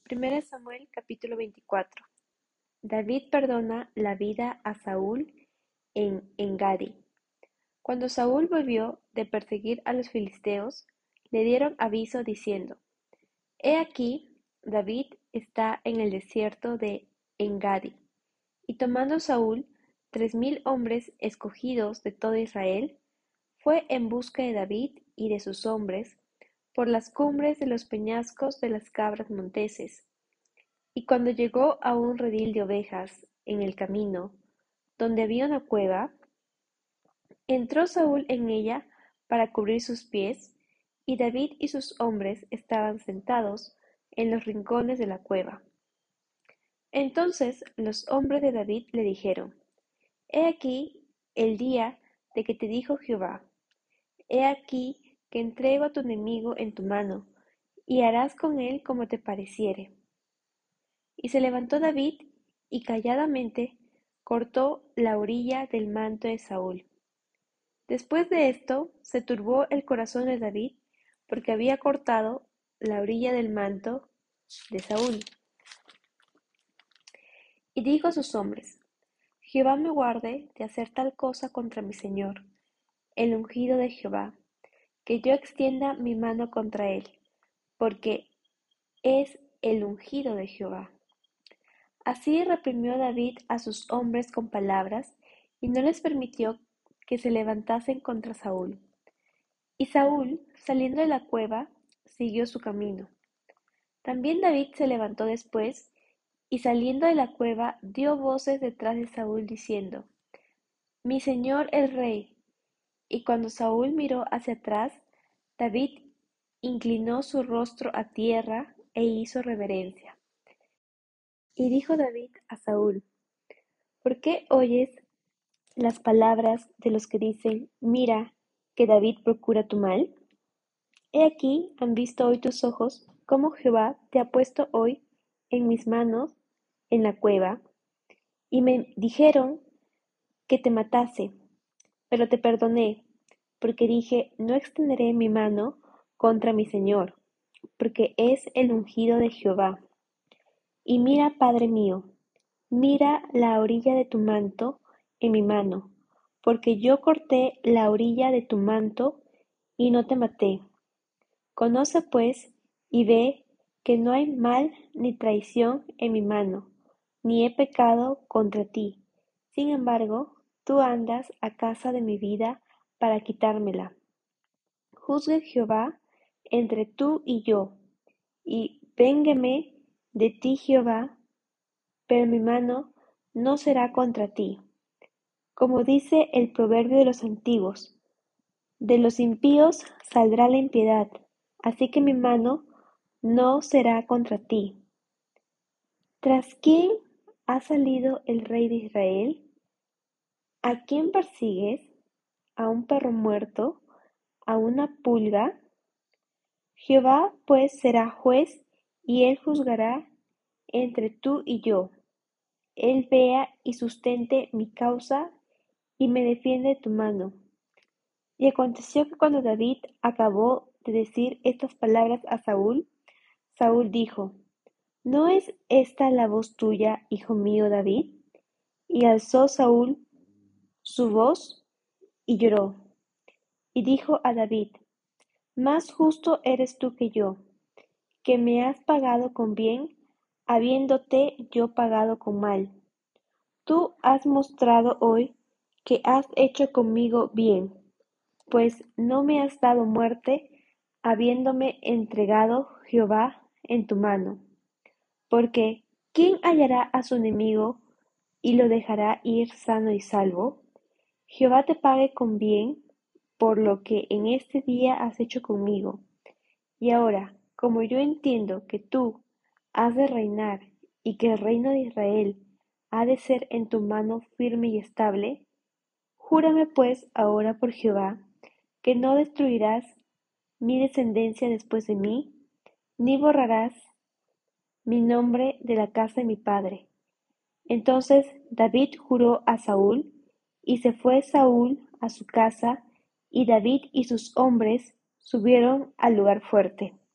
1 Samuel capítulo 24. David perdona la vida a Saúl en Engadi. Cuando Saúl volvió de perseguir a los filisteos, le dieron aviso diciendo: He aquí, David está en el desierto de Engadi. Y tomando Saúl 3000 hombres escogidos de todo Israel, fue en busca de David y de sus hombres por las cumbres de los peñascos de las cabras monteses. Y cuando llegó a un redil de ovejas en el camino, donde había una cueva, entró Saúl en ella para cubrir sus pies, y David y sus hombres estaban sentados en los rincones de la cueva. Entonces los hombres de David le dijeron: He aquí el día de que te dijo Jehová: He aquí que entrego a tu enemigo en tu mano, y harás con él como te pareciere. Y se levantó David, y calladamente cortó la orilla del manto de Saúl. Después de esto se turbó el corazón de David, porque había cortado la orilla del manto de Saúl. Y dijo a sus hombres: Jehová me guarde de hacer tal cosa contra mi señor, el ungido de Jehová, que yo extienda mi mano contra él, porque es el ungido de Jehová. Así reprimió David a sus hombres con palabras, y no les permitió que se levantasen contra Saúl. Y Saúl, saliendo de la cueva, siguió su camino. También David se levantó después, y saliendo de la cueva dio voces detrás de Saúl, diciendo: Mi señor el rey. Y cuando Saúl miró hacia atrás, David inclinó su rostro a tierra e hizo reverencia. Y dijo David a Saúl: ¿Por qué oyes las palabras de los que dicen: Mira, que David procura tu mal? He aquí han visto hoy tus ojos cómo Jehová te ha puesto hoy en mis manos en la cueva, y me dijeron que te matase, pero te perdoné, porque dije: No extenderé mi mano contra mi señor, porque es el ungido de Jehová. Y mira, Padre mío, mira la orilla de tu manto en mi mano, porque yo corté la orilla de tu manto y no te maté. Conoce pues y ve que no hay mal ni traición en mi mano, ni he pecado contra ti. Sin embargo, tú andas a casa de mi vida para quitármela. Juzgue Jehová entre tú y yo, y véngueme de ti Jehová, pero mi mano no será contra ti. Como dice el proverbio de los antiguos: de los impíos saldrá la impiedad, así que mi mano no será contra ti. ¿Tras quién ha salido el rey de Israel? ¿A quién persigues? ¿A un perro muerto? ¿A una pulga? Jehová pues será juez, y él juzgará entre tú y yo. Él vea y sustente mi causa, y me defiende de tu mano. Y aconteció que cuando David acabó de decir estas palabras a Saúl, Saúl dijo: ¿No es esta la voz tuya, hijo mío David? Y alzó Saúl su voz y lloró. Y dijo a David: Más justo eres tú que yo, que me has pagado con bien, habiéndote yo pagado con mal. Tú has mostrado hoy que has hecho conmigo bien, pues no me has dado muerte, habiéndome entregado Jehová en tu mano. Porque ¿quién hallará a su enemigo y lo dejará ir sano y salvo? Jehová te pague con bien por lo que en este día has hecho conmigo. Y ahora, como yo entiendo que tú has de reinar, y que el reino de Israel ha de ser en tu mano firme y estable, júrame pues ahora por Jehová, que no destruirás mi descendencia después de mí, ni borrarás mi nombre de la casa de mi padre. Entonces David juró a Saúl, y se fue Saúl a su casa, y David y sus hombres subieron al lugar fuerte.